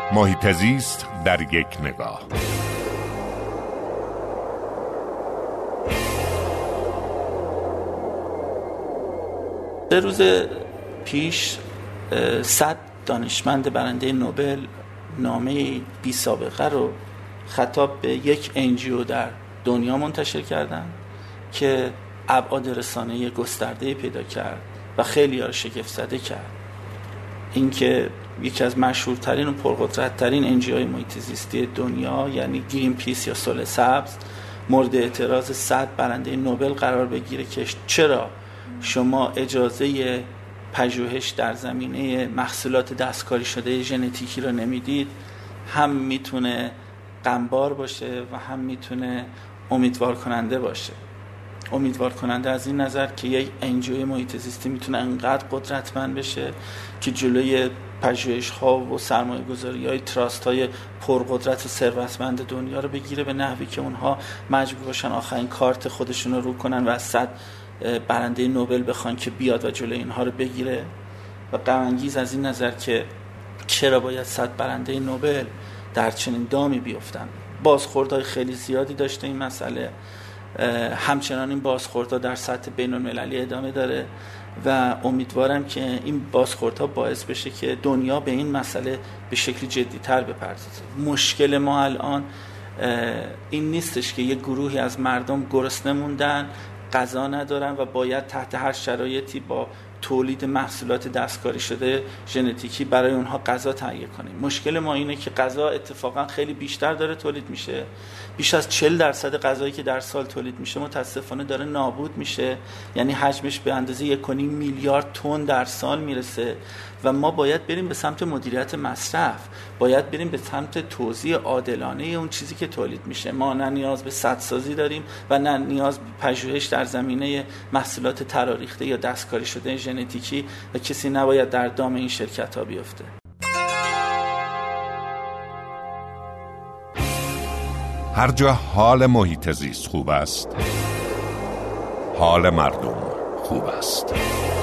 محیط زیست در یک نگاه. سه روز پیش 100 دانشمند برنده نوبل نامه بی سابقه رو خطاب به یک NGO در دنیا منتشر کردن که ابعاد رسانه‌ای گسترده پیدا کرد و خیلی ها رو شگفت زده کرد. این که یکی از مشهورترین و پرقدرت‌ترین NGO محیط زیستی دنیا یعنی گرین پیس یا صلح سبز مورد اعتراض 100 برنده نوبل قرار بگیره که چرا شما اجازه پژوهش در زمینه محصولات دستکاری شده ژنتیکی رو نمیدید، هم میتونه غمبار باشه و هم میتونه امیدوار کننده باشه. امیدوار کننده از این نظر که یک NGO محیط زیستی میتونه انقدر قدرتمند بشه که جلوی پژوهش‌ها و سرمایه‌گذاری‌های تراست‌های پرقدرت و ثروتمند دنیا رو بگیره به نحوی که اونها مجبور باشن آخرین کارت خودشون رو کنن و از 100 برنده نوبل بخوان که بیاد و جلوی اینها رو بگیره. و غم انگیز از این نظر که چرا باید 100 برنده نوبل در چنین دامی بیفتن. بازخوردهای خیلی زیادی داشته این مسئله، همچنان این بازخوردها در سطح بین‌المللی ادامه داره و امیدوارم که این بازخوردها باعث بشه که دنیا به این مسئله به شکلی جدی‌تر بپردازه. مشکل ما الان این نیستش که یک گروهی از مردم گرسنه موندن، غذا ندارن و باید تحت هر شرایطی با تولید محصولات دستکاری شده ژنتیکی برای اونها غذا تهیه کنیم. مشکل ما اینه که غذا اتفاقا خیلی بیشتر داره تولید میشه. بیش از 40% غذایی که در سال تولید میشه متاسفانه داره نابود میشه، یعنی حجمش به اندازه 1.5 میلیارد تن در سال میرسه و ما باید بریم به سمت مدیریت مصرف، باید بریم به سمت توزیع عادلانه اون چیزی که تولید میشه. ما نه نیاز به سدسازی داریم و نه نیاز به پژوهش در زمینه محصولات تراریخته یا دستکاری شده ژنتیکی و کسی نباید در دام این شرکت‌ها بیفته. هر جا حال محیط زیست خوب است، حال مردم خوب است.